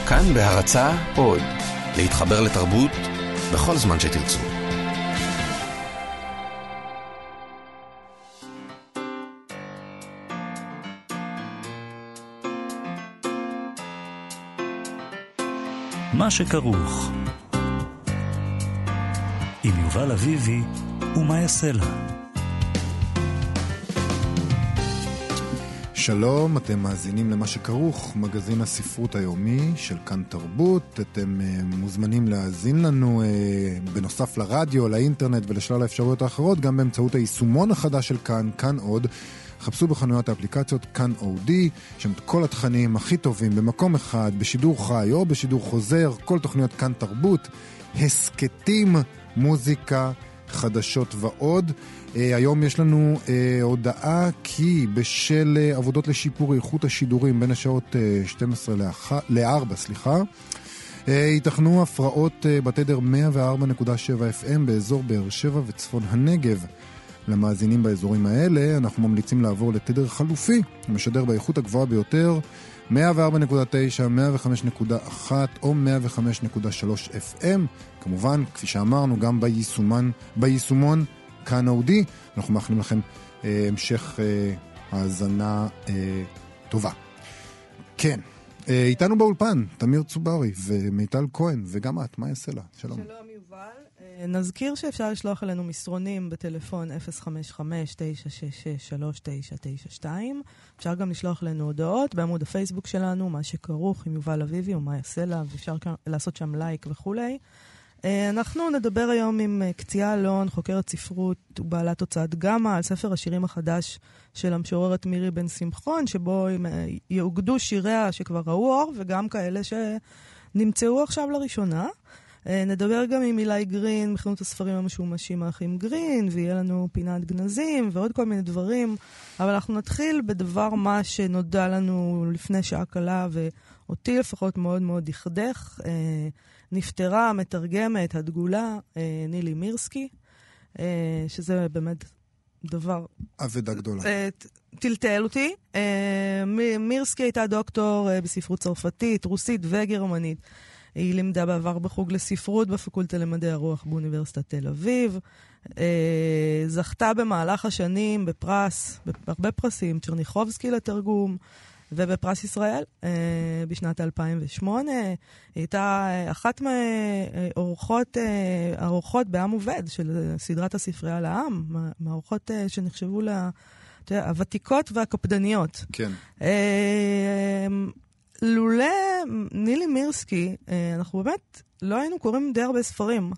כאן בהרצאה עוד, להתחבר לתרבות בכל זמן שתרצו. מה שכרוך עם יובל אביבי ומה יעשה לה. שלום, אתם מאזינים למה שכרוך, מגזין הספרות היומי של כאן תרבות. אתם מוזמנים להאזין לנו בנוסף לרדיו, לאינטרנט ולשלל האפשרויות האחרות, גם באמצעות היישומון החדש של כאן, כאן עוד. חפשו בחנויות האפליקציות כאן אודי, שם את כל התכנים הכי טובים במקום אחד, בשידור חי או בשידור חוזר, כל תוכניות כאן תרבות, הסקטים, מוזיקה, חדשות ועוד. היום יש לנו הודעה כי בשל עבודות לשיפור איכות השידורים בין השעות 12 ל-4, ייתכנו הפרעות בתדר 104.7 FM באזור באר שבע וצפון הנגב. למאזינים באזורים האלה אנחנו ממליצים לעבור לתדר חלופי, המשדר באיכות הגבוהה ביותר, 104.9, 105.1 או 105.3 FM. כמובן, כפי שאמרנו, גם ביישומון כאן אודי. אנחנו מאחלים לכם המשך האזנה טובה. כן, איתנו באולפן תמיר צוברי ומיטל כהן, וגם את, מה יעשה לה? שלום. שלום יובל. נזכיר שאפשר לשלוח אלינו מסרונים בטלפון 055-966-3992. אפשר גם לשלוח אלינו הודעות בעמוד הפייסבוק שלנו, מה שכרוך עם יובל אביבי ומה יעשה לה, ואפשר לעשות שם לייק וכולי. אנחנו נדבר היום עם קציעה אלון, חוקרת ספרות ובעלת הוצאת גמא, על ספר השירים החדש של המשוררת מירי בן שמחון, שבו יאוגדו שיריה שכבר ראו אור, וגם כאלה שנמצאו עכשיו לראשונה. נדבר גם עם אילי גרין, מחנות הספרים המשומשים האחים גרין, ויהיה לנו פינת גנזים ועוד כל מיני דברים. אבל אנחנו נתחיל בדבר מה שנודע לנו לפני שעה קלה, ואותי לפחות מאוד מאוד דכדך. נפטרה המתרגמת, הדגולה, נילי מירסקי, שזה באמת דבר... אבדה גדולה. טלטל אותי. מירסקי הייתה דוקטור בספרות צרפתית, רוסית וגרמנית. היא לימדה בעבר בחוג לספרות בפקולטה למדעי הרוח באוניברסיטת תל אביב. זכתה במהלך השנים בפרס, בהרבה פרסים, צ'רניחובסקי לתרגום, ובפרס ישראל בשנת 2008. היא הייתה אחת מהאורחות בעם עובד של סדרת הספרייה על העם, מהאורחות שנחשבו הוותיקות והקפדניות. כן. לולא נילי מירסקי, אנחנו באמת לא היינו קוראים די הרבה ספרים.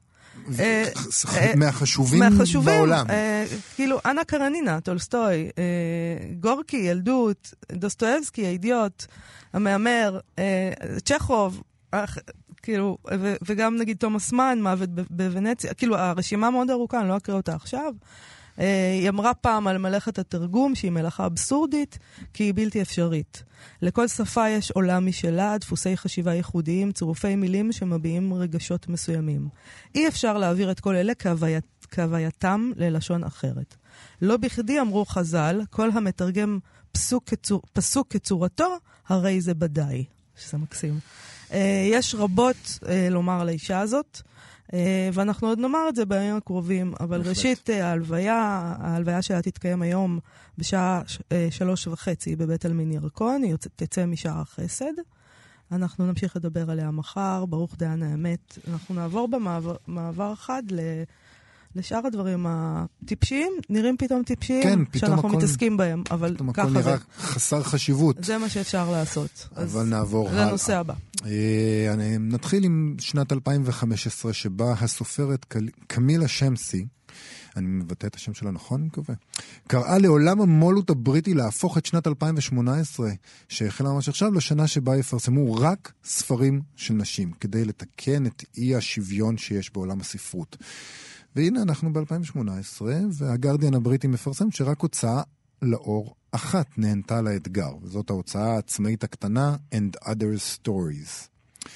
מהחשובים בעולם. כאילו, אנה קרנינה, טולסטוי, גורקי, ילדות, דוסטויבסקי, האידיוט, המאמר, צ'כוב, כאילו, וגם נגיד תומאס מן, מוות בוונציה, כאילו, הרשימה מאוד ארוכה, אני לא אקריא אותה עכשיו. היא אמרה פעם על מלאכת התרגום שהיא מלאכה אבסורדית, כי היא בלתי אפשרית. לכל שפה יש עולם משלה, דפוסי חשיבה ייחודיים, צירופי מילים שמביעים רגשות מסוימים. אי אפשר להעביר את כל אלה כהווייתם ללשון אחרת. לא בכדי אמרו חז"ל, כל המתרגם פסוק כצורתו, הרי זה בדי. שזה מקסים. יש רבות לומר על האישה הזאת, ואנחנו עוד נאמר את זה בימים הקרובים, אבל ראשית, ההלוויה שלה תתקיים היום בשעה 3:30 בבית עלמין ירקון, היא תצא משער החסד. אנחנו נמשיך לדבר עליה מחר, ברוך דיין האמת. אנחנו נעבור במעבר אחד לשאר הדברים הטיפשיים, נראים פתאום טיפשיים, כן, שאנחנו מתעסקים בהם, אבל ככה זה. נראה חסר חשיבות. זה מה שאפשר לעשות. אבל נעבור הלאה. לנושא הבא. נתחיל עם שנת 2015, שבה הסופרת קמילה שמסי, אני מבטא את השם שלה נכון, אני מקווה, קראה לעולם המולות הבריטי להפוך את שנת 2018, שהחלה ממש עכשיו, לשנה שבה יפרסמו רק ספרים של נשים, כדי לתקן את אי השוויון שיש בעולם הספרות. והנה אנחנו ב-2018, והגרדיאן הבריטי מפרסם שרק הוצאה לאור אחת נהנתה לאתגר, וזאת ההוצאה העצמאית הקטנה And Other Stories.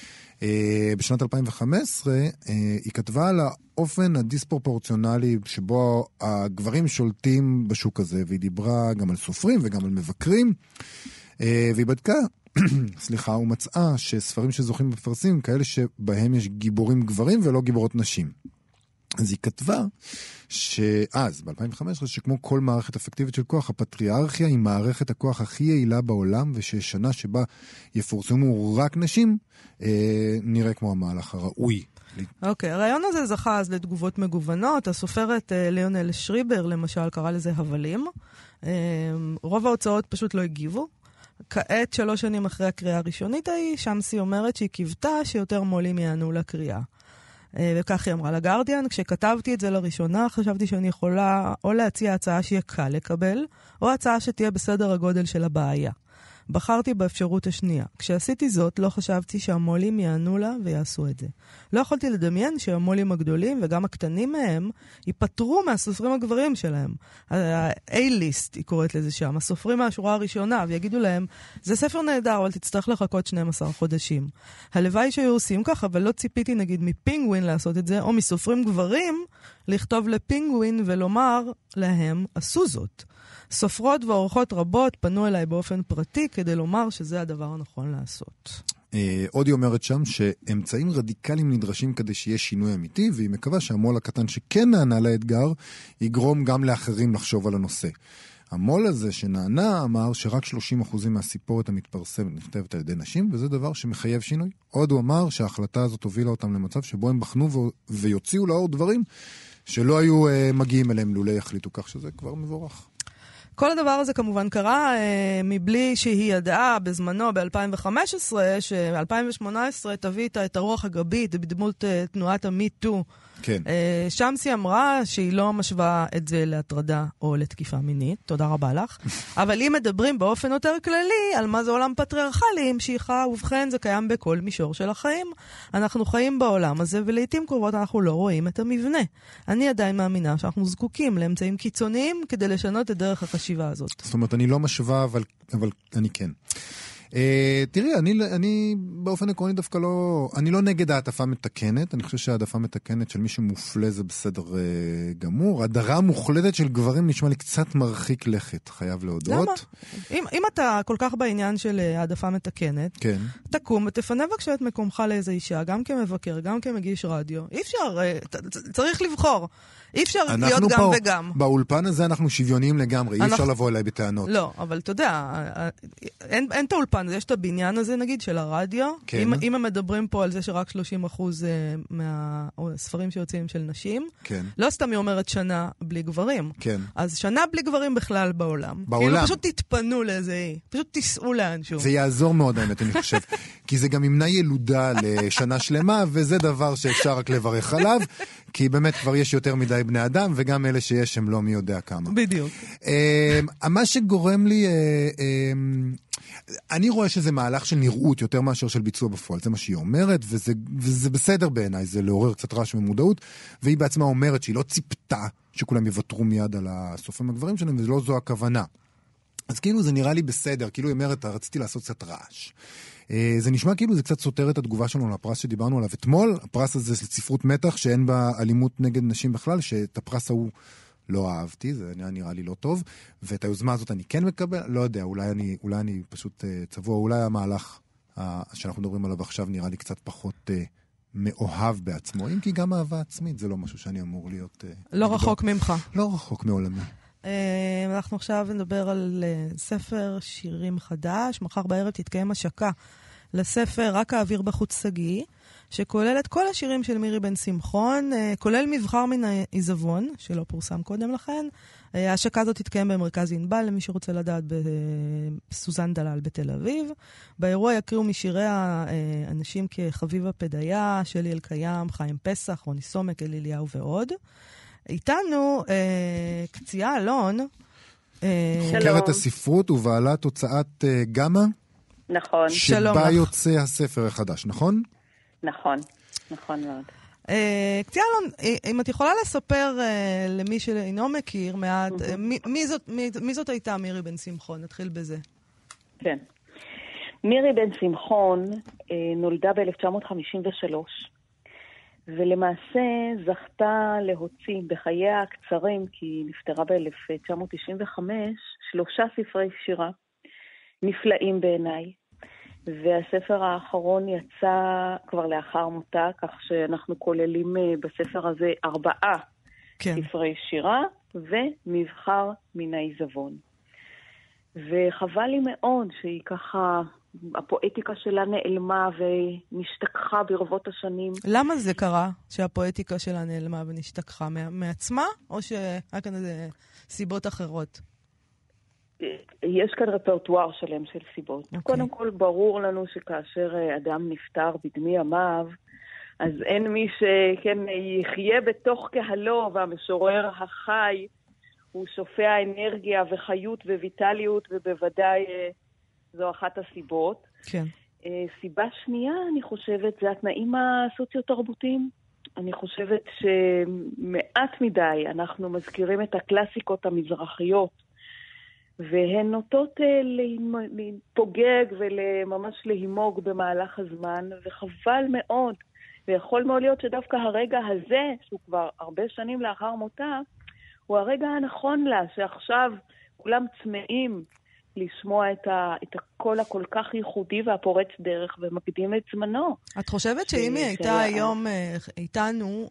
בשנת 2015 היא כתבה על האופן הדיספרופורציונלי שבו הגברים שולטים בשוק הזה, והיא דיברה גם על סופרים וגם על מבקרים, והיא בדקה סליחה, ומצאה שספרים שזוכים בפרסים הם כאלה שבהם יש גיבורים גברים ולא גיבורות נשים. אז היא כתבה שאז, ב-2015, שכמו כל מערכת אפקטיבית של כוח, הפטריארכיה היא מערכת הכוח הכי יעילה בעולם, וששנה שבה יפורסמו רק נשים, נראה כמו המהלך הראוי. אוקיי, הרעיון הזה זכה אז לתגובות מגוונות. הסופרת ליונל שריבר, למשל, קרא לזה הבלים. רוב ההוצאות פשוט לא הגיבו. כעת, 3 שנים אחרי הקריאה הראשונית ההיא, שמסי אומרת שהיא קיוותה שיותר מו"לים יענו לקריאה. וכך היא אמרה לגרדיאן, כשכתבתי את זה לראשונה, חשבתי שאני יכולה או להציע הצעה שיהיה קל לקבל, או הצעה שתהיה בסדר הגודל של הבעיה. בחרתי באפשרות השנייה. כשעשיתי זאת, לא חשבתי שהמו"לים יענו לה ויעשו את זה. לא יכולתי לדמיין שהמו"לים הגדולים וגם הקטנים מהם ייפטרו מהסופרים הגברים שלהם. ה-A-list, היא קוראת לזה שם, הסופרים מהשורה הראשונה, ויגידו להם, זה ספר נהדר, אבל תצטרך לחכות 12 חודשים. הלוואי שהיו עושים כך, אבל לא ציפיתי נגיד מפינגווין לעשות את זה, או מסופרים גברים לכתוב לפינגווין ולומר להם, עשו זאת. סופרות ועורכות רבות פנו אליי באופן פרטי כדי לומר שזה הדבר הנכון לעשות. עוד היא אומרת שם שאמצעים רדיקליים נדרשים כדי שיהיה שינוי אמיתי, והיא מקווה שהמו"ל הקטן שכן נענה לאתגר, יגרום גם לאחרים לחשוב על הנושא. המו"ל הזה שנענה אמר שרק 30% מהסיפורת המתפרסמת נכתבת על ידי נשים, וזה דבר שמחייב שינוי. עוד הוא אמר שההחלטה הזאת הובילה אותם למצב שבו הם בחנו ויוציאו לאור דברים שלא היו מגיעים אליהם לולא יחליטו, כך שזה כבר מבורך. כל הדבר הזה כמובן קרה מבלי שהיא ידעה בזמנו ב-2015, ש-2018 תביא איתה את הרוח הגבית בדמות תנועת המיטו. כן. שמסי אמרה שהיא לא משווה את זה להטרדה או לתקיפה מינית, תודה רבה לך. אבל אם מדברים באופן יותר כללי על מה זה עולם פטריארכלי, המשיכה, ובכן זה קיים בכל מישור של החיים. אנחנו חיים בעולם הזה, ולעיתים קרובות אנחנו לא רואים את המבנה. אני עדיין מאמינה שאנחנו זקוקים לאמצעים קיצוניים כדי לשנות את דרך החשיבה הזאת. זאת אומרת, אני לא משווה, אבל אני כן. תראי, אני באופן עקרוני דווקא לא, אני לא נגד העדפה מתקנת, אני חושב שהעדפה מתקנת של מי שמופלה זה בסדר גמור. הדרה מוחלטת של גברים נשמע לי קצת מרחיק לכת, חייב להודות. למה? אם אתה כל כך בעניין של העדפה מתקנת, כן. תקום ותפנה בבקשה את מקומך לאיזו אישה, גם כמבקר, גם כמגיש רדיו. אי אפשר, צריך לבחור. אי אפשר להיות גם וגם. באולפן הזה אנחנו שוויוניים לגמרי, אי אפשר לבוא אליי בטענות. לא, אבל אתה יודע, אין את האולפן, יש את הבניין הזה נגיד של הרדיו. כן. אם הם מדברים פה על זה שרק 30% מהספרים שיוצאים של נשים, כן. לא סתם היא אומרת שנה בלי גברים. כן. אז שנה בלי גברים בכלל בעולם. כאילו פשוט תתפנו לאיזה, פשוט תיסעו לאנשהו. זה יעזור מאוד האמת, אני חושב. כי זה גם ימנע ילודה לשנה שלמה, וזה דבר שאפשר רק לברך עליו, כי באמת כבר יש יותר מדי בני אדם, וגם אלה שיש הם לא מי יודע כמה. בדיוק. מה שגורם לי, אני רואה שזה מהלך של נראות יותר מאשר של ביצוע בפועל, זה מה שהיא אומרת, וזה בסדר בעיניי, זה לעורר קצת רעש ומודעות, והיא בעצמה אומרת שהיא לא ציפתה שכולם יוותרו מיד על הסופרים הגברים שלהם, ולא זו הכוונה. אז כאילו זה נראה לי בסדר, כאילו היא אומרת, רציתי לעשות קצת רעש. זה נשמע כאילו זה קצת סותר את התגובה שלנו לפרס שדיברנו עליו אתמול, הפרס הזה של ספרות מתח שאין בה אלימות נגד נשים בכלל, שאת הפרס ההוא לא אהבתי, זה נראה לי לא טוב, ואת היוזמה הזאת אני כן מקבל, לא יודע, אולי אני פשוט צבוע, אולי המהלך שאנחנו מדברים עליו עכשיו נראה לי קצת פחות מאוהב בעצמו, אם כי גם אהבה עצמית זה לא משהו שאני אמור להיות... לא רחוק ממך. לא רחוק מעולמי. אנחנו עכשיו נדבר על ספר שירים חדש. מחר בערב תתקיים השקה לספר רק האוויר בחוץ סגי, שכולל את כל השירים של מירי בן שמחון, כולל מבחר מן העיזבון, שלא פורסם קודם לכן. ההשקה הזאת תתקיים במרכז ענבל, למי שרוצה לדעת, בסוזן דלל בתל אביב. באירוע יקריאו משירי האנשים כחביבה פדיה, שלי אלקיים, חיים פסח, רוני סומק, אלי אליהו ועוד. איתנו קציעה אלון. חוקרת הספרות ובעלת הוצאת גמה. נכון. שבה יוצא הספר החדש, נכון? נכון, נכון מאוד. קציעה אלון, אם את יכולה לספר למי שאינו מכיר מעט, מי זאת הייתה מירי בן שמחון? נתחיל בזה. כן. מירי בן שמחון נולדה ב-1953. ולמעשה זכתה להוציא בחייה הקצרים, כי היא נפטרה ב-1995, 3 ספרי שירה נפלאים בעיניי. והספר האחרון יצא כבר לאחר מותה, כך שאנחנו כוללים בספר הזה 4 ספרי שירה ומבחר מן העיזבון. וחבל לי מאוד שהיא ככה, הפואטיקה שלה נעלמה ונשתכחה ברבות השנים. למה זה קרה שהפואטיקה שלה נעלמה ונשתכחה? מעצמה או שהיה כאן איזה סיבות אחרות? יש כאן רפרטואר שלם של סיבות. קודם כל ברור לנו שכאשר אדם נפטר בדמי ימיו, אז אין מי שכן יחיה בתוך קהלו, והמשורר החי הוא שופע אנרגיה וחיות וויטליות, ובוודאי זו אחת הסיבות. כן. סיבה שנייה, אני חושבת, זה התנאים הסוציו-תרבותיים. אני חושבת שמעט מדי אנחנו מזכירים את הקלאסיקות המזרחיות, והן נוטות להתפוגג וממש להימוג במהלך הזמן, וחבל מאוד, ויכול מאוד להיות שדווקא הרגע הזה, שהוא כבר הרבה שנים לאחר מותה, הוא הרגע הנכון לה, שעכשיו כולם צמאים לשמוע את הקול הכל כך ייחודי והפורץ דרך ומקדים את זמנו. את חושבת שאם היא הייתה היום איתנו,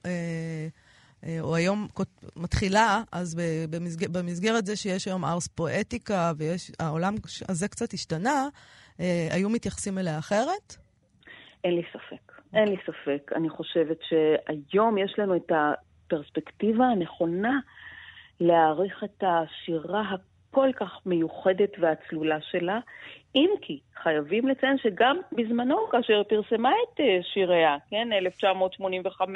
או היום מתחילה, אז במסגרת זה שיש היום ארס פואטיקה, והעולם הזה קצת השתנה, היו מתייחסים אליה אחרת? אין לי ספק. אין לי ספק. אני חושבת שהיום יש לנו את הפרספקטיבה הנכונה להעריך את השירה הכל כך מיוחדת והצלולה שלה, אם כי חייבים לציין שגם בזמנו, כאשר פרסמה את שיריה, כן, 1985,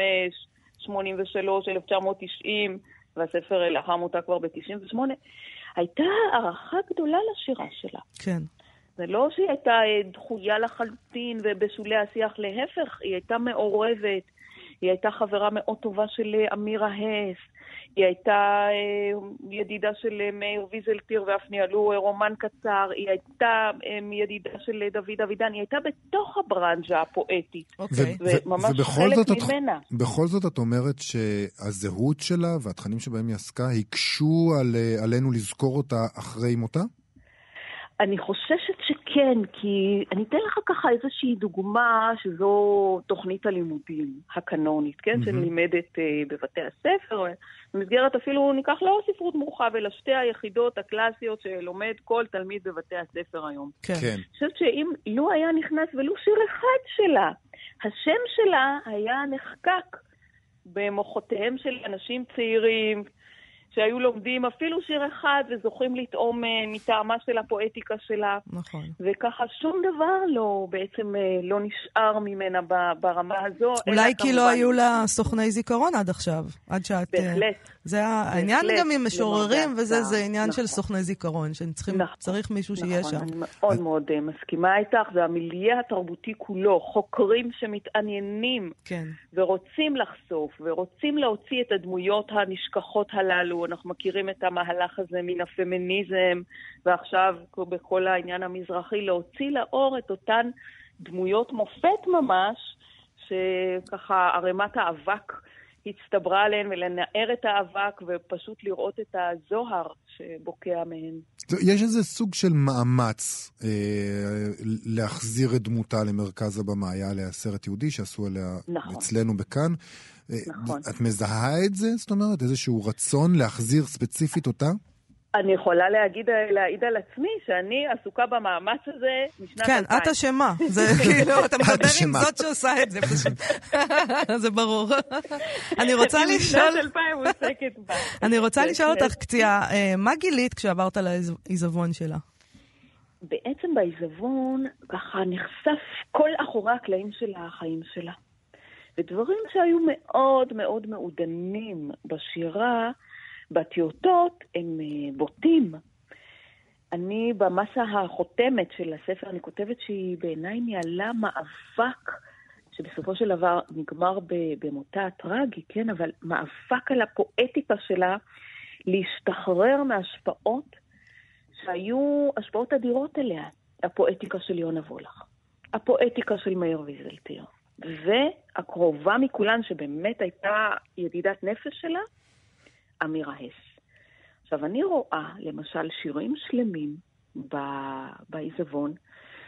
83, 1990, והספר לאחר מותה כבר ב-98, הייתה הערכה גדולה לשירה שלה. כן. זה לא שהיא הייתה דחויה לחלוטין ובשולי השיח, להפך, היא הייתה מעורבת, היא הייתה חברה מאוד טובה של אמירה הס, היא הייתה ידידה של מאיר ויזלטיר ואף ניהלו רומן קצר, היא הייתה ידידה של דוד אבידן, היא הייתה בתוך הברנז'ה הפואטית, וממש חלק ממנה. בכל זאת את אומרת שהזהות שלה והתכנים שבהם היא עסקה הקשו עלינו לזכור אותה אחרי מותה? אני חוששת שכן, כי אני אתן לך ככה איזושהי דוגמה שזו תוכנית הלימודים הקנונית, כן? שנלמדת בבתי הספר, במסגרת אפילו ניקח לא ספרות מורחב, אלא 2 היחידות הקלאסיות שלומד כל תלמיד בבתי הספר היום. כן. אני חושבת שאם לא היה נכנס ולו שיר אחד שלה, השם שלה היה נחקק במוחותיהם של אנשים צעירים, שהיו לומדים אפילו שיר אחד וזוכים לטעום מטעמה של הפואטיקה שלה. נכון. וככה שום דבר בעצם לא נשאר ממנה ברמה הזו. אולי כי לא היו לה סוכני זיכרון עד עכשיו. עד שאת... בהחלט. זה העניין גם עם משוררים, וזה עניין של סוכני זיכרון, שצריך מישהו שיהיה שם. אני מאוד מאוד מסכימה איתך, והמיליה התרבותי כולו, חוקרים שמתעניינים, ורוצים לחשוף, ורוצים להוציא את הדמויות הנשכחות הללו. אנחנו מכירים את המהלך הזה מן הפמיניזם, ועכשיו בכל העניין המזרחי, להוציא לאור את אותן דמויות מופת ממש, שככה ערימת האבק הצטברה עליהן, ולנער את האבק ופשוט לראות את הזוהר שבוקע מהן. יש איזה סוג של מאמץ להחזיר את דמותה למרכז הבמה. היה עליה סרט יהודי שעשו עליה אצלנו בכאן. נכון. את מזהה את זה? זאת אומרת, איזשהו רצון להחזיר ספציפית אותה? אני יכולה להעיד על עצמי שאני עסוקה במאמץ הזה משנת 2000. כן, את אשמה. זה כאילו, אתה מדבר עם זאת שעושה את זה פשוט. זה ברור. אני רוצה לשאול... משנת 2000 עוסקת בה. אני רוצה לשאול אותך קציעה, מה גילית כשעברת לעיזבון שלה? בעצם בעיזבון ככה נחשף כל אחורי הקלעים של החיים שלה. ודברים שהיו מאוד מאוד מעודנים בשירה, בתיאותות, הם בוטים. אני במסה החותמת של הספר, אני כותבת שהיא בעיניי ניהלה מאבק, שבסופו של דבר נגמר במותה הטרגי, כן? אבל מאבק על הפואטיקה שלה, להשתחרר מהשפעות שהיו השפעות אדירות אליה. הפואטיקה של יונה וולך, הפואטיקה של מאיר ויזלטיר, והקרובה מכולן שבאמת הייתה ידידת נפש שלה, אמירה הס. עכשיו, אני רואה, למשל, שירים שלמים בעיזבון,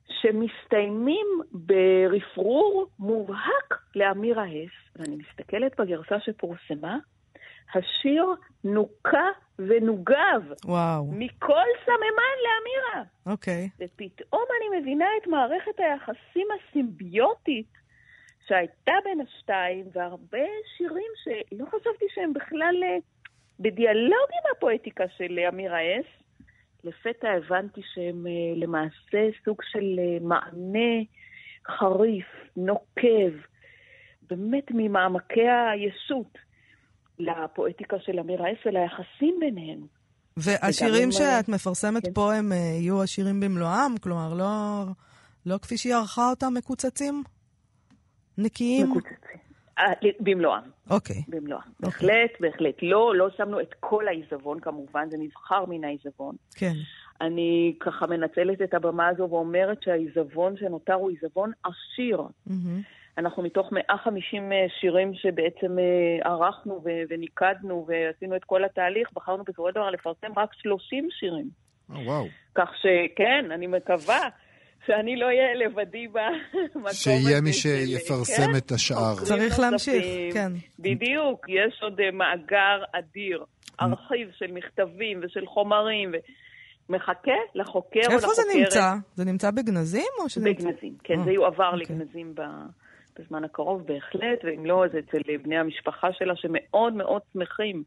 שמסתיימים ברפרור מובהק לאמירה הס, ואני מסתכלת בגרסה שפורסמה, השיר נוקה ונוגב. וואו. מכל סממן לאמירה. אוקיי. ופתאום אני מבינה את מערכת היחסים הסימביוטית שהייתה בין השתיים, והרבה שירים שלא חשבתי שהם בכלל בדיאלוג עם הפואטיקה של אמירה הס. לפתע הבנתי שהם למעשה סוג של מענה חריף, נוקב, באמת ממעמקי הישות לפואטיקה של אמירה הס וליחסים ביניהם. והשירים שאת מפרסמת כן. פה הם יהיו השירים במלואם? כלומר, לא כפי שהיא ערכה אותם מקוצצים? נקיים? מקוצצים. במלואם. אוקיי. במלואם. בהחלט, בהחלט. לא שמנו את כל העיזבון כמובן, זה נבחר מן העיזבון. כן. אני ככה מנצלת את הבמה הזו ואומרת שהעיזבון שנותר הוא עיזבון עשיר. אנחנו מתוך 150 שירים שבעצם ערכנו וניקדנו ועשינו את כל התהליך, בחרנו בסופו של דבר לפרסם רק 30 שירים. וואו. כך שכן, אני מקווה שאני לא אהיה לבדי במקום הזה. שיהיה מי שיפרסם את השאר. צריך להמשיך, כן. בדיוק, יש עוד מאגר אדיר, ארכיב של מכתבים ושל חומרים, מחכה לחוקר או לחוקרת. איפה זה נמצא? זה נמצא בגנזים? בגנזים, כן, זה יועבר לגנזים בזמן הקרוב בהחלט, ואם לא, זה אצל בני המשפחה שלה שמאוד מאוד שמחים.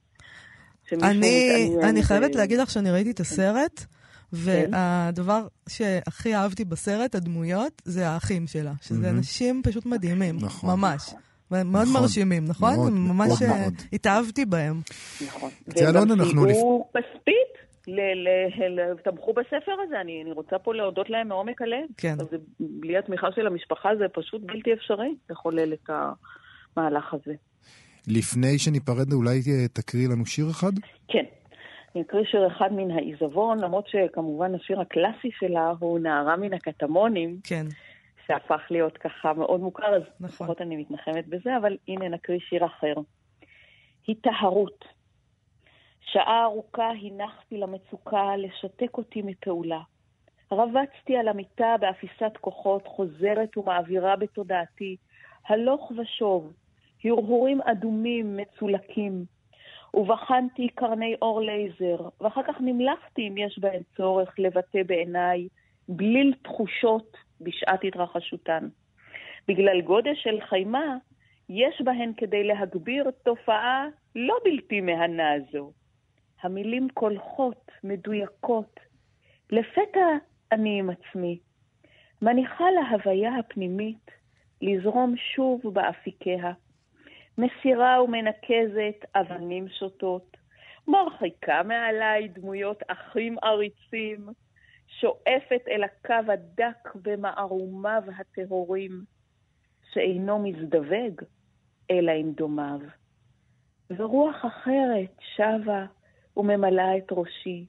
אני חייבת להגיד לך שאני ראיתי את הסרט, והדבר שהכי אהבתי בסרט, הדמויות, זה האחים שלה, שזה אנשים פשוט מדהימים, ממש. מאוד מרשימים, נכון? ממש התאהבתי בהם. נכון. וגם סייגו כספית, תמכו בספר הזה, אני רוצה פה להודות להם מעומק הלב. כן. בלי התמיכה של המשפחה זה פשוט בלתי אפשרי לחולל את המהלך הזה. לפני שניפרד, אולי תקריא לנו שיר אחד? כן. אני אקריא שיר אחד מן העיזבון, למרות שכמובן השיר הקלאסי שלה הוא נערה מן הקטמונים. כן. שהפך להיות ככה מאוד מוכר, אז נכון. לפחות אני מתנחמת בזה, אבל הנה נקריא שיר אחר. היטהרות. שעה ארוכה הנחתי למצוקה לשתק אותי מפעולה. רבצתי על המיטה באפיסת כוחות, חוזרת ומעבירה בתודעתי, הלוך ושוב, הרהורים אדומים מצולקים, ובחנתי קרני אור לייזר, ואחר כך נמלכתי אם יש בהן צורך לבטא בעיניי, בליל תחושות בשעת התרחשותן. בגלל גודל של חיימה, יש בהן כדי להגביר תופעה לא בלתי מהנה זו. המילים קולחות, מדויקות. לפתע אני עם עצמי, מניחה להוויה הפנימית לזרום שוב באפיקיה. מסירה ומנקזת אבנים שוטות, מרחיקה מעליי דמויות אחים עריצים, שואפת אל הקו הדק במערומיו הטהורים, שאינו מזדווג אלא עם דומיו. ורוח אחרת שבה וממלאה את ראשי,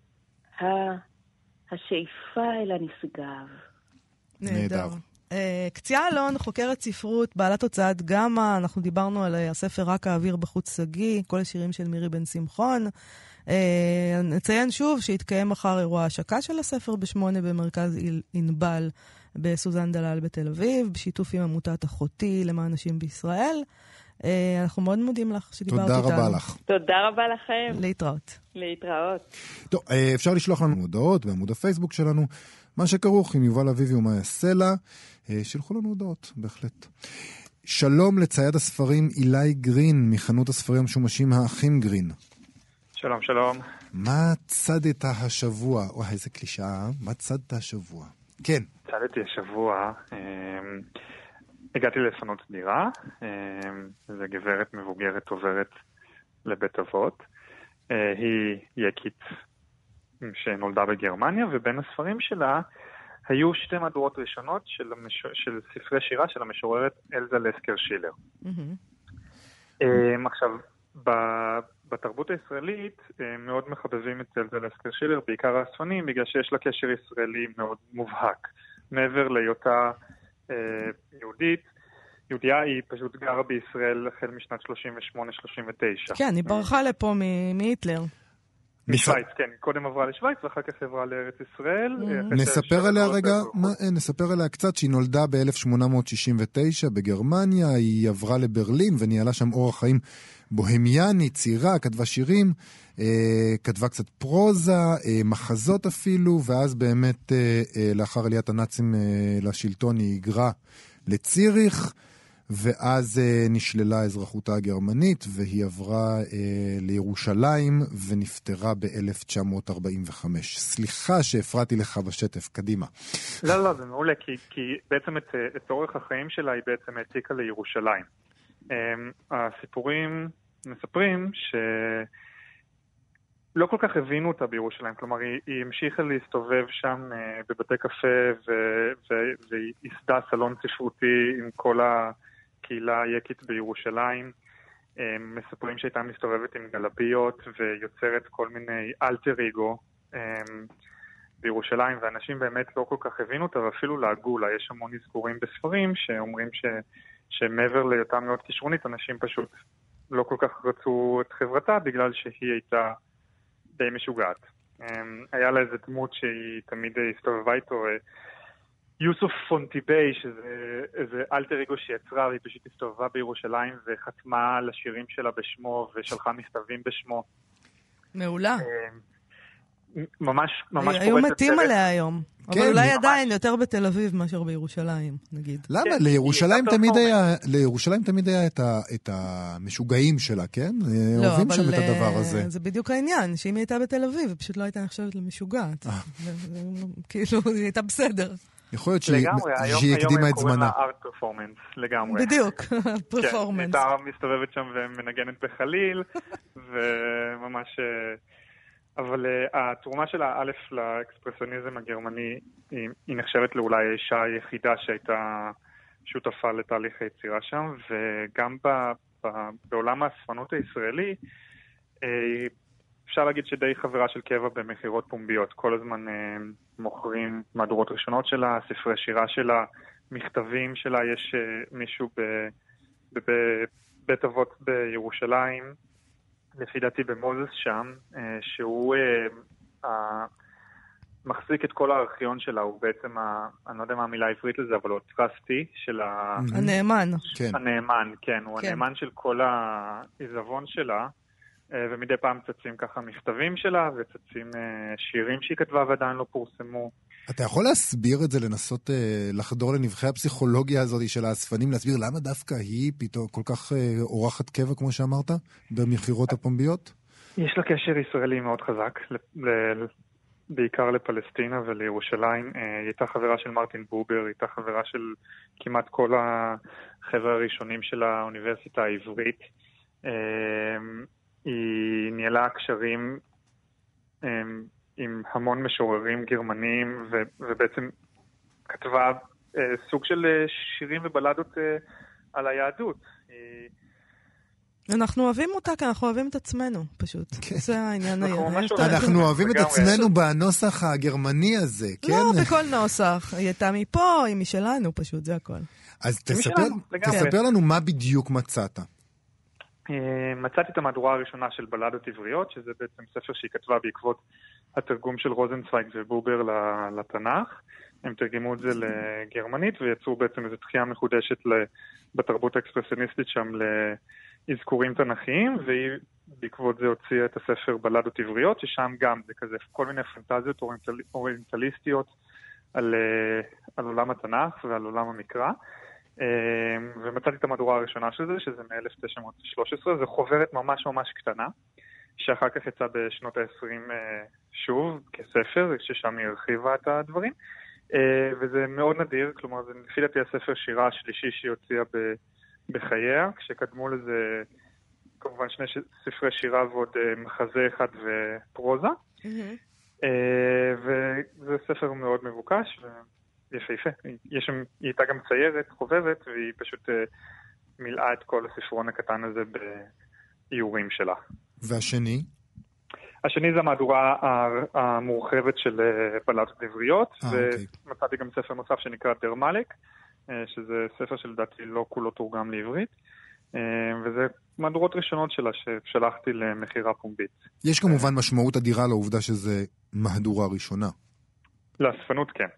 השאיפה אל הנשגב. נהדר. קציה אלון, חוקרת ספרות, בעלת הוצאת גמה, אנחנו דיברנו על הספר רק האוויר בחוץ סגי, כל השירים של מירי בן שמחון. נציין שוב שהתקיים מחר אירוע השקה של הספר ב8 במרכז ענבל בסוזן דלל בתל אביב, בשיתוף עם עמותת אחותי למען נשים בישראל. אנחנו מאוד מודים לך שדיברת איתנו. תודה רבה לך. תודה רבה לכם. להתראות. להתראות. טוב, אפשר לשלוח לנו הודעות בעמוד הפייסבוק שלנו, מה שכרוך עם יובל אביבי ומאיה סלע, שלחו לנו הודעות, בהחלט. שלום לצייד הספרים אילי גרין, מחנות הספרים המשומשים האחים גרין. שלום, שלום. מה צדת השבוע? וואי, איזה קלישאה, מה צדת השבוע? כן. צדתי השבוע, הגעתי לפנות דירה, זו גברת מבוגרת עוברת לבית אבות. היא יקית שנולדה בגרמניה, ובין הספרים שלה היו שתי מהדורות ראשונות של ספרי שירה של המשוררת אלזה לסקר שילר. עכשיו, בתרבות הישראלית מאוד מחבבים את אלזה לסקר שילר, בעיקר האספנים, בגלל שיש לה קשר ישראלי מאוד מובהק. מעבר להיותה יהודיה, היא פשוט גרה בישראל החל משנת 38-39. כן, היא ברחה לפה מהיטלר. משוויץ, כן. קודם עברה לשוויץ, ואחר כך עברה לארץ ישראל. נספר עליה קצת שהיא נולדה ב-1869 בגרמניה, היא עברה לברלין וניהלה שם אורח חיים בוהמיאני, צירה, כתבה שירים, כתבה קצת פרוזה, מחזות אפילו, ואז באמת לאחר עליית הנאצים לשלטון היא היגרה לציריך, ואז נשללה אזרחותה הגרמנית, והיא עברה לירושלים ונפטרה ב-1945. סליחה שהפרעתי לך בשטף, קדימה. לא, זה מעולה, כי בעצם את אורך החיים שלה היא בעצם העתיקה לירושלים. הסיפורים מספרים שלא כל כך הבינו אותה בירושלים, כלומר היא המשיכה להסתובב שם בבתי קפה והיא ייסדה סלון ספרותי עם כל הקהילה היקית בירושלים. מספרים שהייתה מסתובבת עם גלביות ויוצרת כל מיני אלטר אגו בירושלים, ואנשים באמת לא כל כך הבינו אותה ואפילו לעגו לה. יש המון אזכורים בספרים שאומרים שמעבר להיותה מאוד כישרונית, אנשים פשוט לא כל כך רצו את חברתה בגלל שהיא הייתה די משוגעת. היה לה איזה דמות שהיא תמיד הסתובבה איתו, יוסוף פונטיבי, שזה איזה אלטר אגו שיצרה, והיא פשוט הסתובבה בירושלים וחתמה לשירים שלה בשמו ושלחה מכתבים בשמו. מעולה. ממש היו מתים עליה היום. אבל אולי עדיין יותר בתל אביב מאשר בירושלים, נגיד. למה? לירושלים תמיד היה את המשוגעים שלה, כן? אוהבים שם את הדבר הזה. זה בדיוק העניין, שאם היא הייתה בתל אביב, היא פשוט לא הייתה נחשבת למשוגעת. כאילו, היא הייתה בסדר. יכול להיות שהיא הקדימה את זמנה. ארט פרפורמנס, לגמרי. בדיוק, פרפורמנס. כן, הייתה מסתובבת שם ומנגנת בחליל, וממש... אבל התרומה שלה, א', לאקספרסיוניזם הגרמני, היא נחשבת לאולי האישה היחידה שהייתה שותפה לתהליך היצירה שם, וגם בעולם הספנות הישראלי, אפשר להגיד שדי חברה של קבע במחירות פומביות. כל הזמן מוכרים מהדורות ראשונות שלה, ספרי שירה שלה, מכתבים שלה. יש מישהו בבית אבות בירושלים, לפי דעתי במוזס שם, שהוא מחזיק את כל הארכיון שלה, הוא בעצם, אני לא יודע מה המילה העברית לזה, אבל הוא טרסטי של הנאמן. הנאמן, כן, הוא הנאמן של כל העיזבון שלה, ומדי פעם צצים ככה מכתבים שלה, וצצים שירים שהיא כתבה ועדיין לא פורסמו. אתה יכול להסביר את זה, לנסות לחדור לנבחי הפסיכולוגיה הזאת של האספנים, להסביר למה דווקא היא פתאום כל כך אורחת קבע, כמו שאמרת, במחירות הפומביות? יש לה קשר ישראלי מאוד חזק, בעיקר לפלסטינה ולירושלים. היא הייתה חברה של מרטין בובר, היא הייתה חברה של כמעט כל החבר'ה הראשונים של האוניברסיטה העברית. היא ניהלה קשרים עם המון משוררים גרמנים, ובעצם כתבה סוג של שירים ובלדות על היהדות. אנחנו אוהבים אותה, כי אנחנו אוהבים את עצמנו, פשוט. זה העניין היום. אנחנו אוהבים את עצמנו בנוסח הגרמני הזה, כן? לא, בכל נוסח. היא הייתה מפה, היא משלנו, פשוט, זה הכל. אז תספר לנו מה בדיוק מצאת. מצאתי את המהדורה הראשונה של בלדות עבריות, שזה בעצם ספר שהיא כתבה בעקבות התרגום של רוזנצוויג ובובר לתנ"ך. הם תרגמו את זה לגרמנית ויצרו בעצם איזו תחייה מחודשת בתרבות האקספרסיוניסטית שם לאזכורים תנ"כיים, והיא בעקבות זה הוציאה את הספר בלדות עבריות, ששם גם זה כזה כל מיני פנטזיות אוריינטליסטיות על עולם התנ"ך ועל עולם המקרא. ומצאתי את המהדורה הראשונה של זה, שזה מ-1913, זה חוברת ממש ממש קטנה, שאחר כך יצא בשנות ה-20 שוב כספר, ששם היא הרחיבה את הדברים, וזה מאוד נדיר, כלומר זה לפי דעתי הספר שירה השלישי שהיא הוציאה בחייה, כשקדמו לזה כמובן שני ספרי שירה ועוד מחזה אחד ופרוזה, וזה ספר מאוד מבוקש יפהפה. היא הייתה גם ציירת, חובבת, והיא פשוט מילאה את כל הספרון הקטן הזה באיורים שלה. והשני? השני זה המהדורה המורחבת של בלדות עבריות, ומצאתי גם ספר נוסף שנקרא דרמלק, שזה ספר שלדעתי לא כולו תורגם לעברית, וזה מהדורות ראשונות שלה ששלחתי למחירה פומבית. יש כמובן משמעות אדירה לעובדה שזה מהדורה ראשונה. לאספנות כן.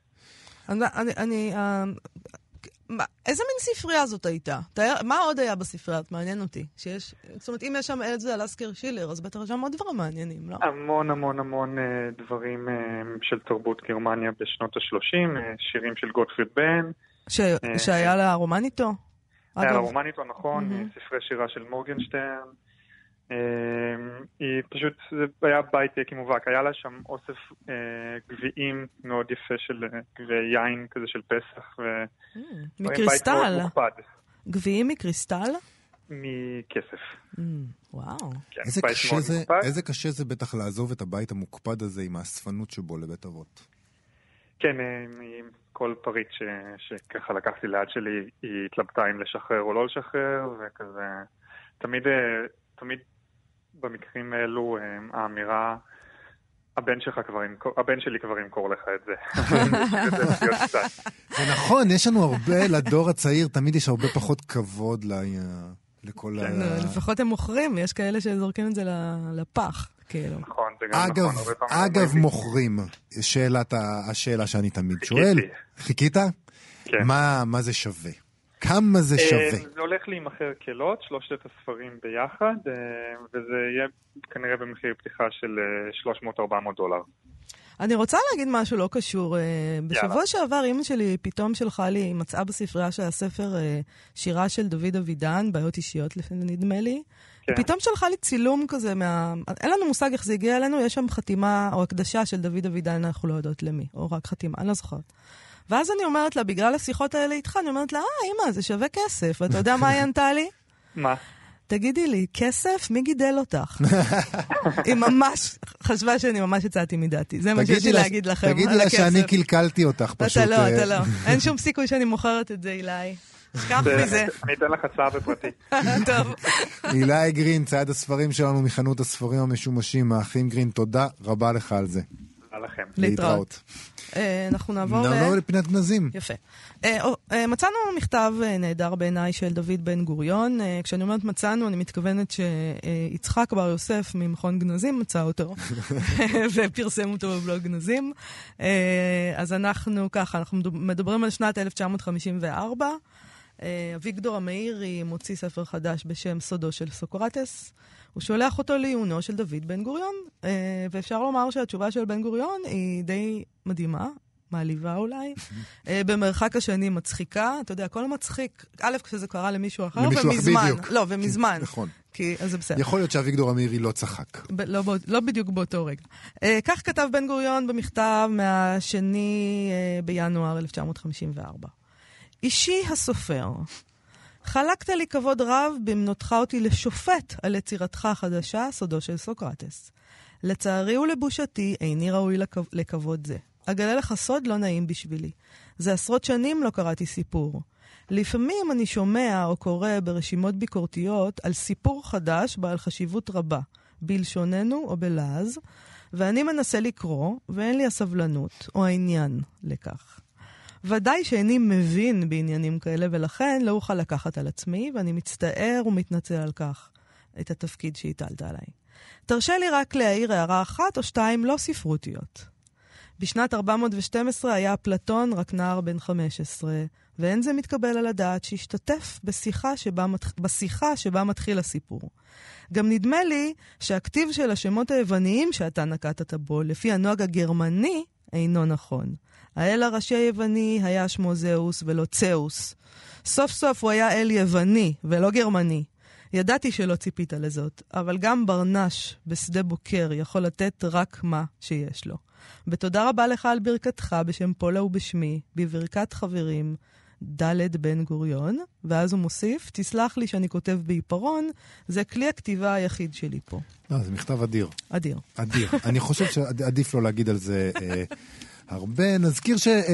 איזה מין ספרייה זאת הייתה? מה עוד היה בספרייה? מעניין אותי. זאת אומרת, אם יש שם אלזה אלסקר שילר, אז בטח שם עוד דברים מעניינים, לא? המון המון המון דברים של תרבות גרמניה בשנות ה-30, שירים של גוטפריד בן. שהיה לה רומן איתו? היה לה רומן איתו, נכון, ספרי שירה של מורגנשטרן. היא פשוט, זה היה בית כמובהק, היה לה שם אוסף גביעים מאוד יפה של גביעי יין כזה של פסח, מקריסטל? גביעים מקריסטל? מכסף. וואו. איזה קשה זה בטח לעזוב את הבית המוקפד הזה עם האספנות שבו לבית אבות. כן, כל פריט שככה לקחתי ליד שלי, היא התלבטה אם לשחרר או לא לשחרר, וכזה, תמיד במקרים האלו האמירה, הבן שלי כבר ימכור לך את זה. זה נכון, יש לנו הרבה, לדור הצעיר, תמיד יש הרבה פחות כבוד לכל ה... לפחות הם מוכרים, יש כאלה שזורקים את זה לפח. נכון, זה גם נכון. אגב מוכרים, השאלה שאני תמיד שואל. חיכית? כן. מה זה שווה? כמה זה שווה? זה הולך להימחר כלות, 3 הספרים ביחד, וזה יהיה כנראה במחיר פתיחה של $300-400. אני רוצה להגיד משהו לא קשור. בשבוע שעבר אמא שלי פתאום שלחה לי, מצאה בספרייה של הספר שירה של דוד אבידן, בעיות אישיות נדמה לי. פתאום שלחה לי צילום כזה, אין לנו מושג איך זה הגיע אלינו, יש שם חתימה או הקדשה של דוד אבידן, אנחנו לא יודעות למי, או רק חתימה, אני לא זוכרת. ואז אני אומרת לה, בגלל השיחות האלה איתך, אני אומרת לה, אמא, זה שווה כסף. ואתה יודע מה היא ענתה לי? מה? תגידי לי, כסף? מי גידל אותך? היא ממש חשבה שאני ממש יצאתי מדעתי. זה מה שיש לי להגיד לכם על הכסף. תגידי לה שאני קלקלתי אותך פשוט. אתה לא. אין שום סיכוי שאני מוכרת את זה, אילי. שכח מזה. אני אתן לך הצעה בפרטי. טוב. אילי גרין, צייד הספרים שלנו מחנות הספרים המשומשים, האחים גרין, תודה רבה לך על זה. תודה לכם. להתראות. אנחנו נעבור לפינת גנזים. יפה. מצאנו מכתב נהדר בעיניי של דוד בן גוריון. כשאני אומרת מצאנו, אני מתכוונת שיצחק בר יוסף ממכון גנזים מצא אותו, ופרסם אותו בבלוג גנזים. אז אנחנו ככה, אנחנו מדברים על שנת 1954. אביגדור המאירי מוציא ספר חדש בשם סודו של סוקרטס. הוא שולח אותו לעיונו של דוד בן גוריון, ואפשר לומר שהתשובה של בן גוריון היא די מדהימה, מעליבה אולי, במרחק השני מצחיקה, אתה יודע, כל מצחיק, א' כשזה קרה למישהו אחר, ומזמן, לא, ומזמן, נכון. כי אז זה בסדר. יכול להיות שאביגדור המאירי לא צחק. לא בדיוק באותו רגע. כך כתב בן גוריון במכתב מהשני בינואר 1954. אישי הסופר, חלקת לי כבוד רב במנותך אותי לשופט על יצירתך החדשה, סודו של סוקרטס. לצערי ולבושתי איני ראוי לכבוד זה. אגלה לך סוד לא נעים בשבילי. זה 10 שנים לא קראתי סיפור. לפעמים אני שומע או קורא ברשימות ביקורתיות על סיפור חדש בעל חשיבות רבה, בלשוננו או בלעז, ואני מנסה לקרוא ואין לי הסבלנות או העניין לכך. ודאי שאיני מבין בעניינים כאלה, ולכן לא אוכל לקחת על עצמי, ואני מצטער ומתנצל על כך את התפקיד שהטלת עליי. תרשה לי רק להעיר הערה 1 או 2 לא ספרותיות. בשנת 412 היה אפלטון רק נער בן 15, ואין זה מתקבל על הדעת שהשתתף בשיחה שבה מתחיל הסיפור. גם נדמה לי שהכתיב של השמות היווניים שאתה נקטת בו, לפי הנוהג הגרמני, אינו נכון. האל הראשי היווני היה שמו זהוס ולא צאוס. סוף סוף הוא היה אל יווני ולא גרמני. ידעתי שלא ציפית לזאת, אבל גם ברנש בשדה בוקר יכול לתת רק מה שיש לו. ותודה רבה לך על ברכתך בשם פולה ובשמי, בברכת חברים, ד' בן גוריון, ואז הוא מוסיף, תסלח לי שאני כותב בעיפרון, זה כלי הכתיבה היחיד שלי פה. זה מכתב אדיר. אדיר. אדיר. אני חושב שעדיף לא להגיד על זה הרבה. נזכיר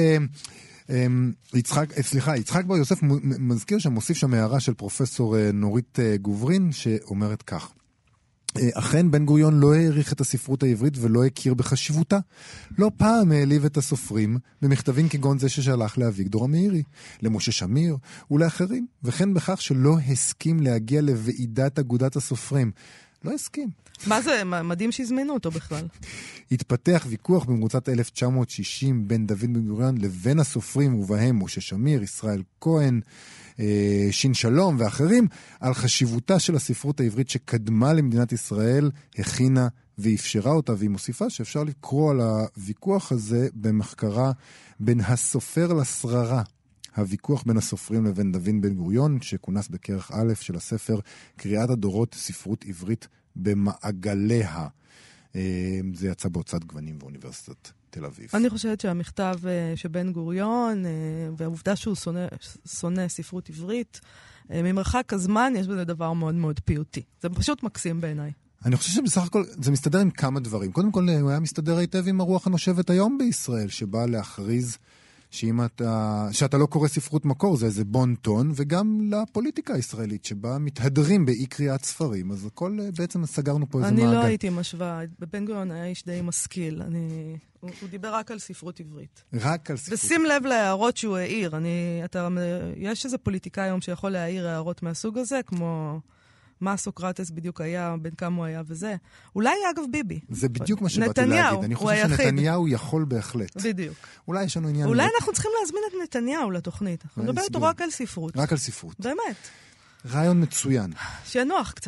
יצחק בר יוסף מזכיר שמוסיף שם הערה של פרופסור נורית גוברין, שאומרת כך: אכן בן גוריון לא העריך את הספרות העברית ולא הכיר בחשיבותה. לא פעם העליב את הסופרים במכתבים כגון זה ששלח לאביגדור המאירי, למשה שמיר ולאחרים, וכן בכך שלא הסכים להגיע לוועידת אגודת הסופרים. לא הסכים. מה זה? מדהים שהזמינו אותו בכלל. התפתח ויכוח במרוצת 1960 בין דוד בן גוריון לבין הסופרים ובהם משה שמיר, ישראל כהן, שין שלום ואחרים, על חשיבותה של הספרות העברית שקדמה למדינת ישראל, הכינה ואפשרה אותה, והיא מוסיפה שאפשר לקרוא על הוויכוח הזה במחקרה בין הסופר לשררה. הוויכוח בין הסופרים לבין דוד בן גוריון, שכונס בכרך א' של הספר קריאת הדורות ספרות עברית במעגליה. זה יצא בהוצאת גוונים באוניברסיטת תל אביב. אני חושבת שהמכתב שבן גוריון, והעובדה שהוא שונא ספרות עברית, ממרחק הזמן יש בזה דבר מאוד מאוד פיוטי. זה פשוט מקסים בעיניי. אני חושב שבסך הכל זה מסתדר עם כמה דברים. קודם כל הוא היה מסתדר היטב עם הרוח הנושבת היום בישראל, שבא להכריז שאתה לא קורא ספרות מקור, זה איזה בון טון, וגם לפוליטיקה הישראלית, שבה מתהדרים באי קריאת ספרים, אז הכל בעצם סגרנו פה איזה מעגל. אני לא הייתי משווה, בן גוריון היה איש די משכיל, הוא דיבר רק על ספרות עברית. רק על ספרות. ושים לב להערות שהוא העיר, יש איזה פוליטיקאי היום שיכול להעיר הערות מהסוג הזה, כמו מה סוקרטס בדיוק היה, בין כמה הוא היה וזה. אולי אגב ביבי. זה בדיוק מה שבאתי להגיד. אני חושב שנתניהו יכול בהחלט. בדיוק. אולי יש לנו עניין... אולי אנחנו צריכים להזמין את נתניהו לתוכנית. אנחנו נדבר איתו רק על ספרות. רק על ספרות. באמת. רעיון מצוין. שינוח קצת.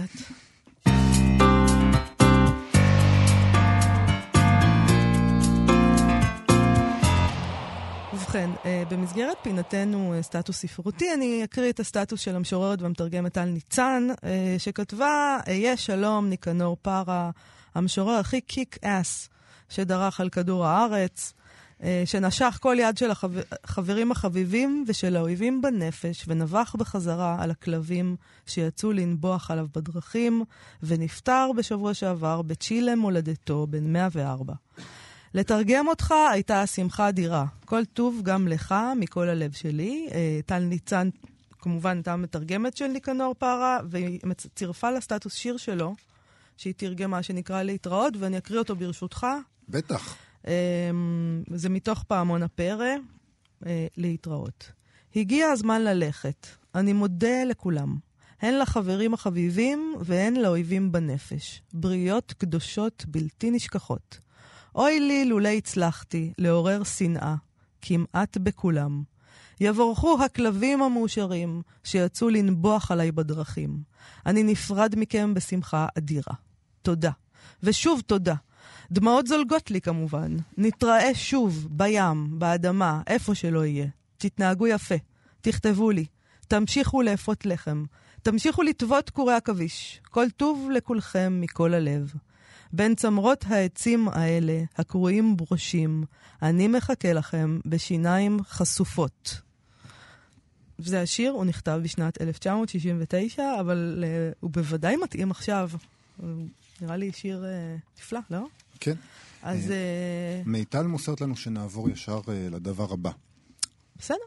ובכן, במסגרת פינתנו סטטוס ספרותי, אני אקריא את הסטטוס של המשוררת והמתרגמת טל ניצן, שכתבה, יש שלום ניקנור פרה, המשורר הכי קיק אס שדרך על כדור הארץ, שנשך כל יד של החברים החביבים ושל האויבים בנפש, ונבח בחזרה על הכלבים שיצאו לנבוח עליו בדרכים, ונפטר בשבוע שעבר בצ'ילה מולדתו בן 104. לתרגם אותך הייתה שמחה אדירה. כל טוב גם לך, מכל הלב שלי. טל ניצן, כמובן, הייתה מתרגמת של ניקנור פרה, והיא צירפה לסטטוס שיר שלו, שהיא תרגמה, שנקרא להתראות, ואני אקריא אותו ברשותך. בטח. זה מתוך פעמון הפרא, להתראות. הגיע הזמן ללכת. אני מודה לכולם. הן לחברים החביבים, והן לאויבים בנפש. בריות קדושות בלתי נשכחות. אוי לי לולא הצלחתי לעורר שנאה, כמעט בכולם. יבורכו הכלבים המאושרים שיצאו לנבוח עליי בדרכים. אני נפרד מכם בשמחה אדירה. תודה. ושוב תודה. דמעות זולגות לי כמובן. נתראה שוב בים, באדמה, איפה שלא יהיה. תתנהגו יפה. תכתבו לי. תמשיכו לאפות לחם. תמשיכו לטוות קורי הכביש. כל טוב לכולכם מכל הלב. בין צמרות העצים האלה, הקרויים ברושים, אני מחכה לכם בשיניים חשופות. וזה השיר, הוא נכתב בשנת 1969, אבל הוא בוודאי מתאים עכשיו. נראה לי שיר נפלא, לא? כן. אז... מיטל מוסרת לנו שנעבור ישר לדבר הבא. בסדר.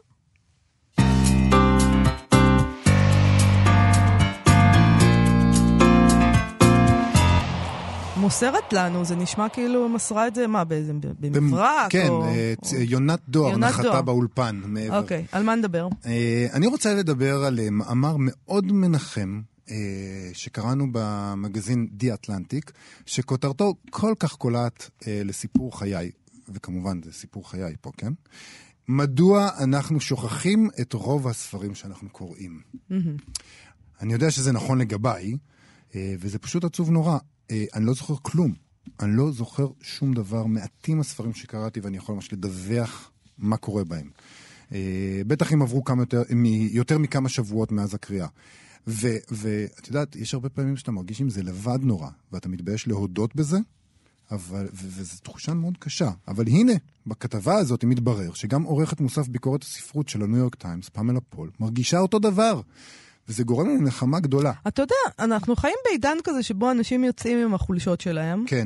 מוסרת לנו, זה נשמע כאילו מסרה את זה, מה, באיזה, במברק? כן, יונת דואר נחתה באולפן. אוקיי, על מה נדבר? אני רוצה לדבר על מאמר מאוד מנחם, שקראנו במגזין די אטלנטיק, שכותרתו כל כך קולט לסיפור חיי, וכמובן זה סיפור חיי פה, כן? מדוע אנחנו שוכחים את רוב הספרים שאנחנו קוראים? אני יודע שזה נכון לגביי, וזה פשוט עצוב נורא. אני לא זוכר כלום. אני לא זוכר שום דבר. מעטים הספרים שקראתי, ואני יכול ממש לדווח מה קורה בהם. בטח אם עברו יותר מכמה שבועות מאז הקריאה. ואת יודעת, יש הרבה פעמים שאתה מרגיש עם זה לבד נורא, ואתה מתבייש להודות בזה, וזו תחושה מאוד קשה. אבל הנה, בכתבה הזאת מתברר שגם עורכת מוסף ביקורת הספרות של הניו יורק טיימס, פמלה פול, מרגישה אותו דבר. וזה גורם לנו נחמה גדולה. אתה יודע, אנחנו חיים בעידן כזה שבו אנשים יוצאים עם החולשות שלהם. כן.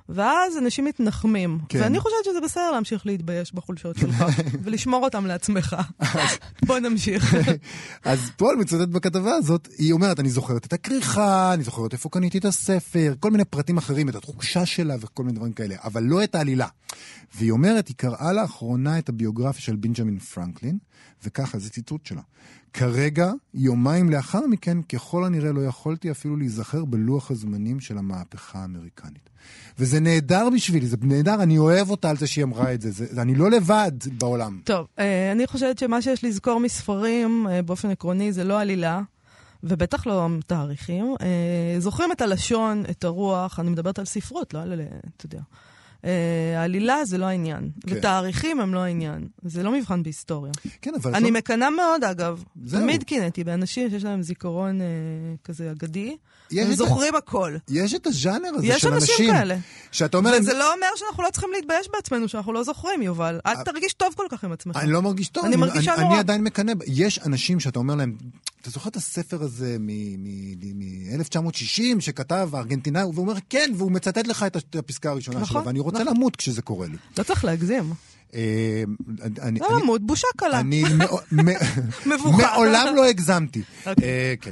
ואז אנשים מתנחמים. כן. ואני חושבת שזה בסדר להמשיך להתבייש בחולשות שלך, ולשמור אותם לעצמך. בוא נמשיך. אז פול מצטט בכתבה הזאת, היא אומרת, אני זוכרת את הכריכה, אני זוכרת איפה קניתי את הספר, כל מיני פרטים אחרים, את התחושה שלה וכל מיני דברים כאלה, אבל לא את העלילה. והיא אומרת, היא קראה לאחרונה את הביוגרפיה של בנג'מין פרנקלין, וככה, זה ציטוט שלה. כרגע, יומיים לאחר מכן, ככל הנראה לא יכולתי אפילו להיזכר בלוח הזמנים של המהפכה האמריקנית. וזה נהדר בשבילי, זה נהדר, אני אוהב אותה על זה שהיא אמרה את זה, אני לא לבד בעולם. טוב, אני חושבת שמה שיש לזכור מספרים, באופן עקרוני, זה לא עלילה, ובטח לא תאריכים. זוכרים את הלשון, את הרוח, אני מדברת על ספרות, לא על, אתה יודע. העלילה זה לא העניין, ותאריכים הם לא העניין, זה לא מבחן בהיסטוריה. כן, אבל אני מקנה מאוד, אגב, תמיד קינאתי באנשים שיש להם זיכרון כזה אגדי, הם זוכרים הכל. יש את הז'אנר הזה יש של אנשים כאלה. שאתה אומר... וזה לא אומר שאנחנו לא צריכים להתבייש בעצמנו, שאנחנו לא זוכרים, יובל. אל תרגיש טוב כל כך עם עצמך. אני לא מרגיש טוב, אני מרגישה נורא. אני עדיין מקנה. יש אנשים שאתה אומר להם, אתה זוכר את הספר הזה מ-1960 שכתב הארגנטינאי, והוא אומר כן, והוא מצטט לך את הפסקה הראשונה שלו, ואני רוצה למות כשזה קורה לי. לא צריך להגזים. לא למות, בושה קלה. אני מעולם לא הגזמתי. כן.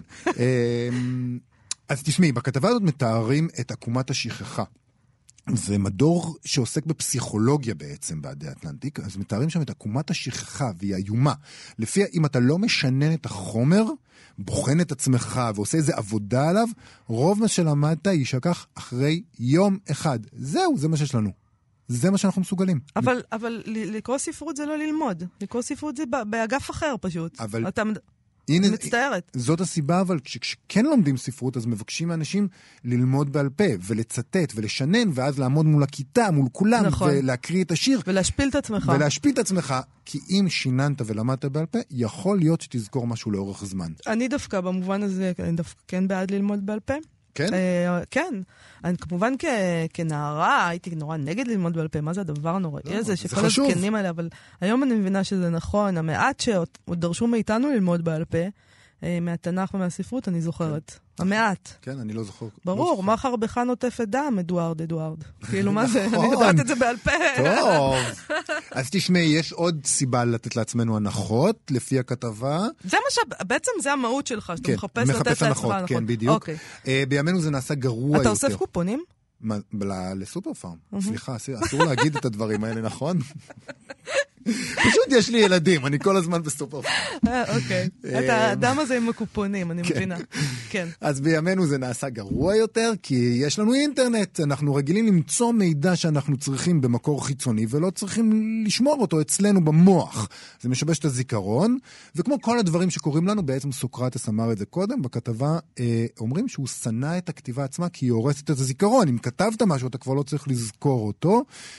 אז תשמעי, בכתבה הזאת מתארים את עקומת השכחה. זה מדור שעוסק בפסיכולוגיה בעצם בעדי האטלנטיק, אז מתארים שם את עקומת השכחה והיא איומה. לפיה אם אתה לא משנן את החומר, בוחן את עצמך ועושה איזה עבודה עליו, רוב מה שלמדת יישכח אחרי יום אחד. זהו, זה מה שיש לנו. זה מה שאנחנו מסוגלים. אבל לקרוא ספרות זה לא ללמוד. לקרוא ספרות זה באגף אחר פשוט. אבל... הנה, מצטערת. זאת הסיבה, אבל כשכן לומדים ספרות, אז מבקשים מאנשים ללמוד בעל פה, ולצטט, ולשנן, ואז לעמוד מול הכיתה, מול כולם, נכון. ולהקריא את השיר. ולהשפיל את עצמך. ולהשפיל את עצמך, כי אם שיננת ולמדת בעל פה, יכול להיות שתזכור משהו לאורך זמן. אני דווקא, במובן הזה, אני דווקא כן בעד ללמוד בעל פה. כן? כן. אני כמובן כנערה, הייתי נורא נגד ללמוד בעל פה. מה זה הדבר הנוראי הזה? שכל הזקנים האלה, אבל היום אני מבינה שזה נכון. המעט שעוד דרשו מאיתנו ללמוד בעל פה, מהתנ"ך ומהספרות, אני זוכרת. המעט. כן, אני לא זוכר. ברור, מחר בך נוטפת דם, אדוארד. כאילו מה זה? אני יודעת את זה בעל פה. טוב. אז תשמעי, יש עוד סיבה לתת לעצמנו הנחות, לפי הכתבה. זה מה בעצם זה המהות שלך, שאתה מחפש לתת לעצמך הנחות. כן, בדיוק. בימינו זה נעשה גרוע יותר. אתה אוסף קופונים? לסופר פארם. סליחה, אסור להגיד את הדברים האלה, נכון? פשוט יש לי ילדים, אני כל הזמן בסופר פארם. אוקיי. את האדם הזה עם הקופונים, אני מבינה. כן. אז בימינו זה נעשה גרוע יותר, כי יש לנו אינטרנט, אנחנו רגילים למצוא מידע שאנחנו צריכים במקור חיצוני, ולא צריכים לשמור אותו אצלנו במוח. זה משבש את הזיכרון, וכמו כל הדברים שקורים לנו, בעצם סוקרטס אמר את זה קודם, בכתבה אומרים שהוא שנא את הכתיבה עצמה, כי היא הורסת את הזיכרון. אם כתבת משהו, אתה כבר לא צריך לזכור אותו.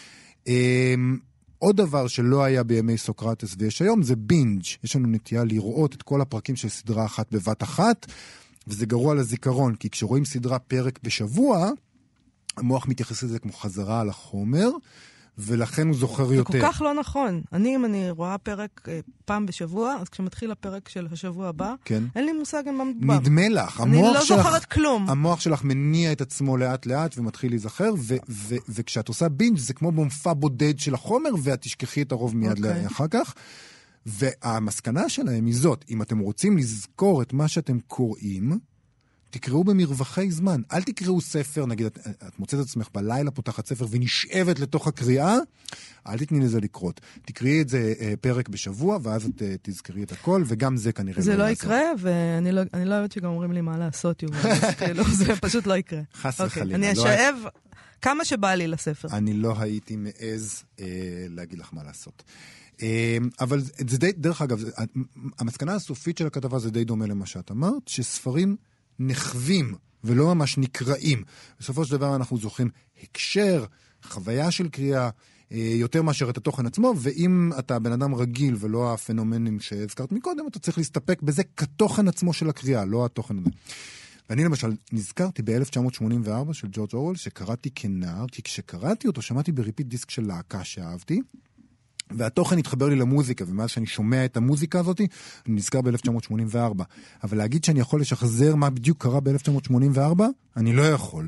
עוד דבר שלא היה בימי סוקרטס ויש היום זה בינג'. יש לנו נטייה לראות את כל הפרקים של סדרה אחת בבת אחת, וזה גרוע לזיכרון, כי כשרואים סדרה פרק בשבוע, המוח מתייחס לזה כמו חזרה על החומר, ולכן הוא זוכר יותר. זה כל כך לא נכון. אם אני רואה פרק פעם בשבוע, אז כשמתחיל הפרק של השבוע הבא, כן. אין לי מושג מה מדובר. נדמה לך. אני לא זוכרת כלום. המוח שלך מניע את עצמו לאט לאט ומתחיל להיזכר, וכשאת עושה בינג' זה כמו במופע בודד של החומר, ואת תשכחי את הרוב מיד אחר כך. והמסקנה שלהם היא זאת, אם אתם רוצים לזכור את מה שאתם קוראים, תקראו במרווחי זמן. אל תקראו ספר, נגיד, את מוצאת את עצמך בלילה, פותחת ספר ונשאבת לתוך הקריאה, אל תתני לזה לקרות. תקראי את זה פרק בשבוע, ואז את תזכרי את הכל, וגם זה כנראה זה לא יקרה, ואני לא יודעת שגם אומרים לי מה לעשות, זה פשוט לא יקרה. חס וחלילה. אני אשאב כמה שבא לי לספר. אני לא הייתי מעז להגיד לך מה לעשות. אבל זה די, דרך אגב, המסקנה הסופית של הכתבה זה די דומה למה שאת אמרת, שספרים נחווים ולא ממש נקראים. בסופו של דבר אנחנו זוכרים הקשר, חוויה של קריאה, יותר מאשר את התוכן עצמו, ואם אתה בן אדם רגיל ולא הפנומנים שהזכרת מקודם, אתה צריך להסתפק בזה כתוכן עצמו של הקריאה, לא התוכן הזה. ואני למשל נזכרתי ב-1984 של ג'ורג' אורוול, שקראתי כנער, כי כשקראתי אותו שמעתי בריפיט דיסק של להקה שאהבתי, והתוכן התחבר לי למוזיקה, ומאז שאני שומע את המוזיקה הזאת, אני נזכר ב-1984. אבל להגיד שאני יכול לשחזר מה בדיוק קרה ב-1984, אני לא יכול.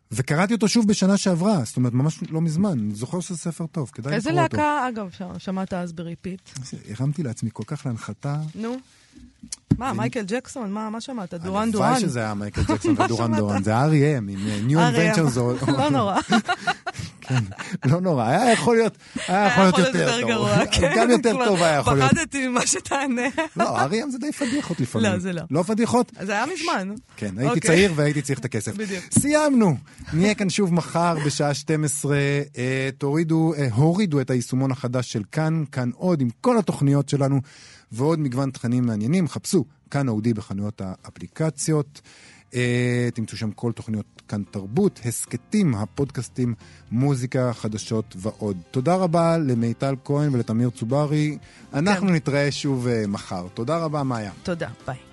וקראתי אותו שוב בשנה שעברה, זאת אומרת, ממש לא מזמן. אני זוכר שזה ספר טוב, כדאי לקרוא אותו. איזה להקה, אגב, שמעת אז בריפיט? הרמתי לעצמי כל כך להנחתה. נו. מה, מייקל ג'קסון? מה שמעת? דורן דורן? הלוואי שזה היה מייקל ג'קסון ודורן דורן. זה R.E.M. עם New Inventions. לא נורא. כן, לא נורא. היה יכול להיות יותר טוב. גם יותר טוב היה יכול להיות. פחדתי ממה שתענה. לא, R.E.M. זה די פדיחות לפעמים. לא, זה לא. לא פדיחות? זה היה מזמן. כן, הייתי צעיר והייתי צריך את הכסף. בדיוק. סיימנו. נהיה כאן שוב מחר בשעה 12. הורידו את היישומון החדש של כאן עוד עם כל התוכניות שלנו. ועוד מגוון תכנים מעניינים, חפשו כאן אודי בחנויות האפליקציות, תמצאו שם כל תוכניות כאן תרבות, הסקטים, הפודקאסטים, מוזיקה, חדשות ועוד. תודה רבה למיטל כהן ולתמיר צוברי, אנחנו נתראה שוב מחר. תודה רבה מאיה. תודה, ביי.